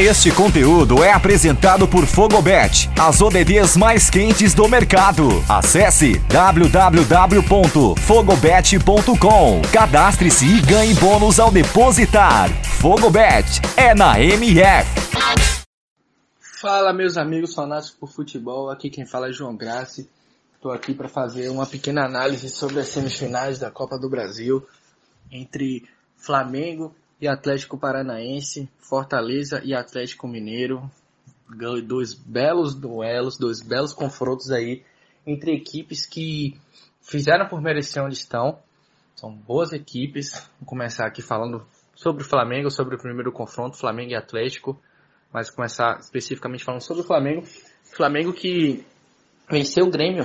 Este conteúdo é apresentado por Fogobet, as ODDs mais quentes do mercado. Acesse www.fogobet.com. Cadastre-se e ganhe bônus ao depositar. Fogobet é na MF. Fala, meus amigos fanáticos por futebol, aqui quem fala é João Grassi. Estou aqui para fazer uma pequena análise sobre as semifinais da Copa do Brasil entre Flamengo e Atlético Paranaense, Fortaleza e Atlético Mineiro. Dois belos duelos, dois belos confrontos aí entre equipes que fizeram por merecer onde estão. São boas equipes. Vou começar aqui falando sobre o Flamengo, sobre o primeiro confronto, Flamengo e Atlético. Mas começar especificamente falando sobre o Flamengo. Flamengo que venceu o Grêmio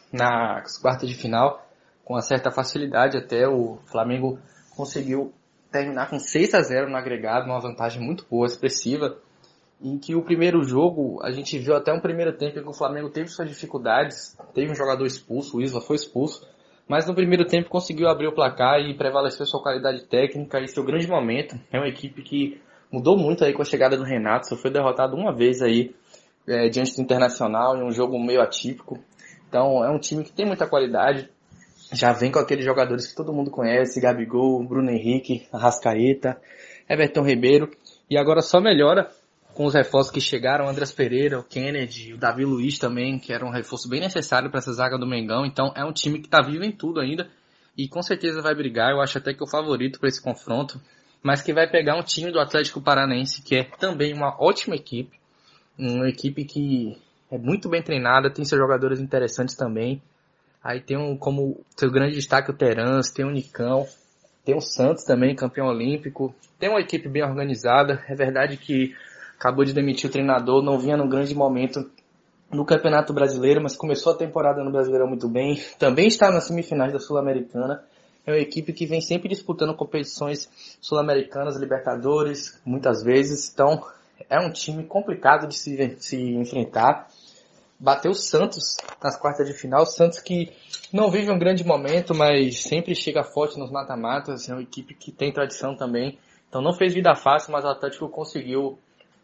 nas quartas de final com uma certa facilidade. Até o Flamengo conseguiu terminar com 6-0 no agregado, uma vantagem muito boa, expressiva, em que o primeiro jogo, a gente viu até um primeiro tempo em que o Flamengo teve suas dificuldades, teve um jogador expulso, o Isla foi expulso, mas no primeiro tempo conseguiu abrir o placar e prevaleceu sua qualidade técnica e seu grande momento. É uma equipe que mudou muito aí com a chegada do Renato, só foi derrotado uma vez aí diante do Internacional em um jogo meio atípico. Então é um time que tem muita qualidade, já vem com aqueles jogadores que todo mundo conhece, Gabigol, Bruno Henrique, Arrascaeta, Everton Ribeiro, e agora só melhora com os reforços que chegaram, Andreas Pereira, o Kennedy, o Davi Luiz também, que era um reforço bem necessário para essa zaga do Mengão. Então é um time que está vivo em tudo ainda e com certeza vai brigar. Eu acho até que é o favorito para esse confronto, mas que vai pegar um time do Atlético Paranaense que é também uma ótima equipe, uma equipe que é muito bem treinada, tem seus jogadores interessantes também. Aí tem como seu grande destaque o Terans, tem o Nicão, tem o Santos também, campeão olímpico. Tem uma equipe bem organizada. É verdade que acabou de demitir o treinador, não vinha num grande momento no Campeonato Brasileiro, mas começou a temporada no Brasileirão muito bem. Também está nas semifinais da Sul-Americana. É uma equipe que vem sempre disputando competições sul-americanas, Libertadores, muitas vezes. Então é um time complicado de se enfrentar. Bateu o Santos nas quartas de final. O Santos que não vive um grande momento, mas sempre chega forte nos mata-matas. É uma equipe que tem tradição também. Então não fez vida fácil, mas o Atlético conseguiu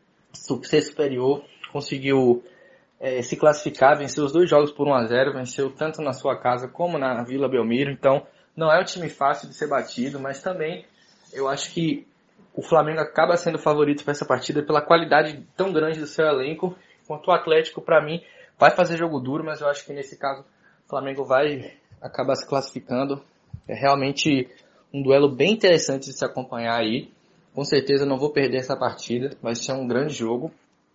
ser superior. Conseguiu se classificar, venceu os dois jogos por 1-0. Venceu tanto na sua casa como na Vila Belmiro. Então não é um time fácil de ser batido, mas também eu acho que o Flamengo acaba sendo favorito para essa partida pela qualidade tão grande do seu elenco. Enquanto o Atlético, para mim, vai fazer jogo duro, mas eu acho que nesse caso o Flamengo vai acabar se classificando. É realmente um duelo bem interessante de se acompanhar aí. Com certeza não vou perder essa partida, vai ser um grande jogo.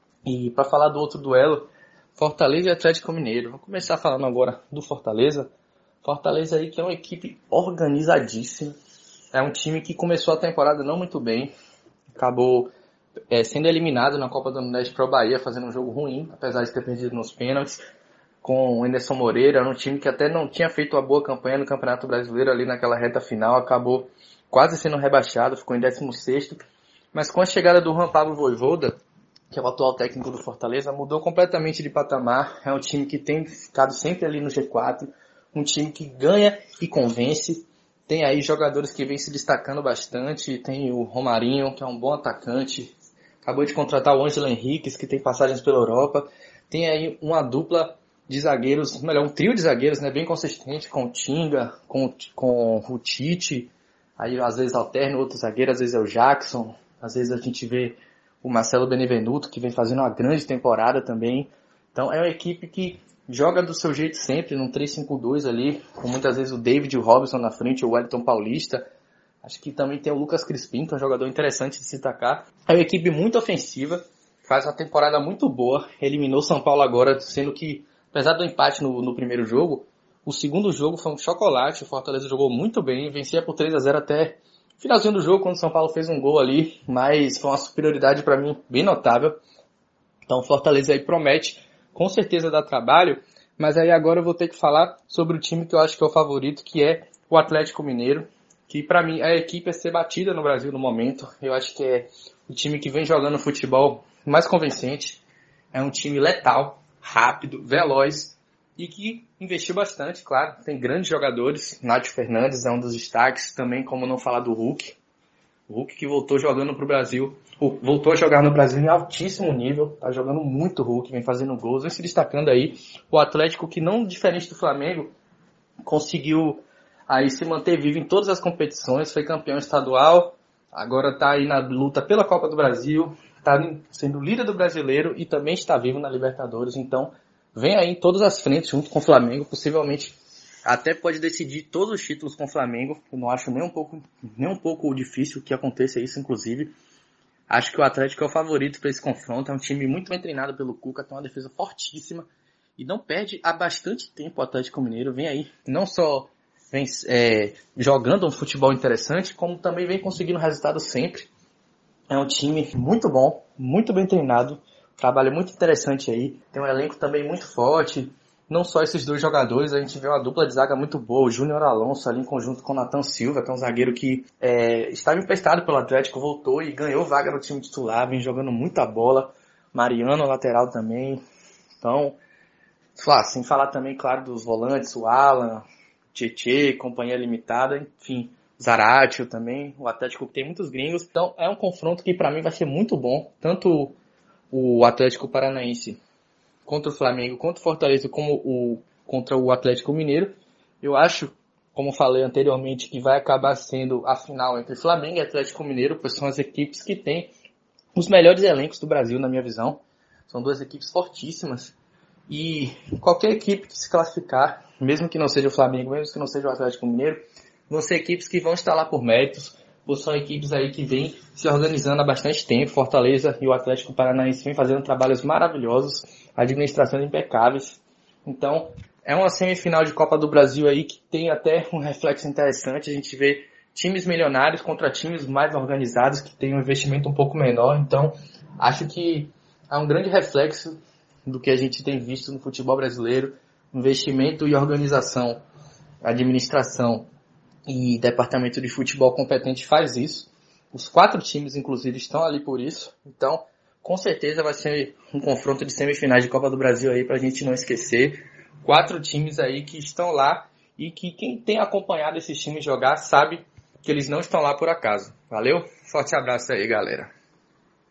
E para falar do outro duelo, Fortaleza e Atlético Mineiro. Vou começar falando agora do Fortaleza. Fortaleza aí que é uma equipe organizadíssima. É um time que começou a temporada não muito bem. Acabou sendo eliminado na Copa do Nordeste para o Bahia, fazendo um jogo ruim, apesar de ter perdido nos pênaltis, com o Anderson Moreira, um time que até não tinha feito uma boa campanha no Campeonato Brasileiro ali naquela reta final, acabou quase sendo rebaixado, ficou em 16º, mas com a chegada do Juan Pablo Vojvoda, que é o atual técnico do Fortaleza, mudou completamente de patamar. É um time que tem ficado sempre ali no G4, um time que ganha e convence. Tem aí jogadores que vêm se destacando bastante, tem o Romarinho, que é um bom atacante, acabou de contratar o Ângelo Henriques, que tem passagens pela Europa. Tem aí uma dupla de zagueiros, melhor, um trio de zagueiros, né, bem consistente, com o Tinga, com o Tite. Aí às vezes alterna outro zagueiro, às vezes é o Jackson, às vezes a gente vê o Marcelo Benevenuto, que vem fazendo uma grande temporada também. Então é uma equipe que joga do seu jeito sempre, num 3-5-2 ali, com muitas vezes o David e o Robson na frente, o Wellington Paulista. Acho que também tem o Lucas Crispim, que é um jogador interessante de se destacar. É uma equipe muito ofensiva, faz uma temporada muito boa, eliminou São Paulo agora, sendo que, apesar do empate no primeiro jogo, o segundo jogo foi um chocolate, o Fortaleza jogou muito bem, vencia por 3-0 até o finalzinho do jogo, quando o São Paulo fez um gol ali, mas foi uma superioridade para mim bem notável. Então o Fortaleza aí promete, com certeza dá trabalho, mas aí agora eu vou ter que falar sobre o time que eu acho que é o favorito, que é o Atlético Mineiro, que para mim a equipe é ser batida no Brasil no momento. Eu acho que é o time que vem jogando futebol mais convincente, é um time letal, rápido, veloz e que investiu bastante, claro, tem grandes jogadores. Nath Fernandes é um dos destaques, também como não falar do Hulk. O Hulk que voltou jogando pro Brasil, voltou a jogar no Brasil em altíssimo nível, tá jogando muito Hulk, vem fazendo gols, vem se destacando aí. O Atlético que não diferente do Flamengo, conseguiu aí se manter vivo em todas as competições, foi campeão estadual, agora está aí na luta pela Copa do Brasil, está sendo líder do Brasileiro e também está vivo na Libertadores, então vem aí em todas as frentes junto com o Flamengo, possivelmente até pode decidir todos os títulos com o Flamengo, eu não acho nem um pouco difícil que aconteça isso, inclusive. Acho que o Atlético é o favorito para esse confronto, é um time muito bem treinado pelo Cuca, tem uma defesa fortíssima, e não perde há bastante tempo o Atlético Mineiro. Vem aí, não só vem jogando um futebol interessante, como também vem conseguindo resultados sempre. É um time muito bom, muito bem treinado, trabalho muito interessante aí. Tem um elenco também muito forte, não só esses dois jogadores, a gente vê uma dupla de zaga muito boa, o Júnior Alonso ali em conjunto com o Nathan Silva, que é um zagueiro que estava emprestado pelo Atlético, voltou e ganhou vaga no time titular, vem jogando muita bola. Mariano, lateral também. Então, sem falar também, claro, dos volantes, o Alan, Tietê, Companhia Limitada, enfim, Zaratio também, o Atlético tem muitos gringos. Então é um confronto que para mim vai ser muito bom, tanto o Atlético Paranaense contra o Flamengo, contra o Fortaleza, como contra o Atlético Mineiro. Eu acho, como falei anteriormente, que vai acabar sendo a final entre Flamengo e Atlético Mineiro, pois são as equipes que têm os melhores elencos do Brasil, na minha visão. São duas equipes fortíssimas. E qualquer equipe que se classificar, mesmo que não seja o Flamengo, mesmo que não seja o Atlético Mineiro, vão ser equipes que vão estar lá por méritos, ou são equipes aí que vêm se organizando há bastante tempo. Fortaleza e o Atlético Paranaense vêm fazendo trabalhos maravilhosos, administrações impecáveis. Então, é uma semifinal de Copa do Brasil aí que tem até um reflexo interessante. A gente vê times milionários contra times mais organizados, que têm um investimento um pouco menor. Então, acho que é um grande reflexo do que a gente tem visto no futebol brasileiro, investimento e organização, administração e departamento de futebol competente faz isso. Os 4 times, inclusive, estão ali por isso. Então, com certeza vai ser um confronto de semifinais de Copa do Brasil aí pra gente não esquecer. 4 times aí que estão lá e que quem tem acompanhado esses times jogar sabe que eles não estão lá por acaso. Valeu? Forte abraço aí, galera.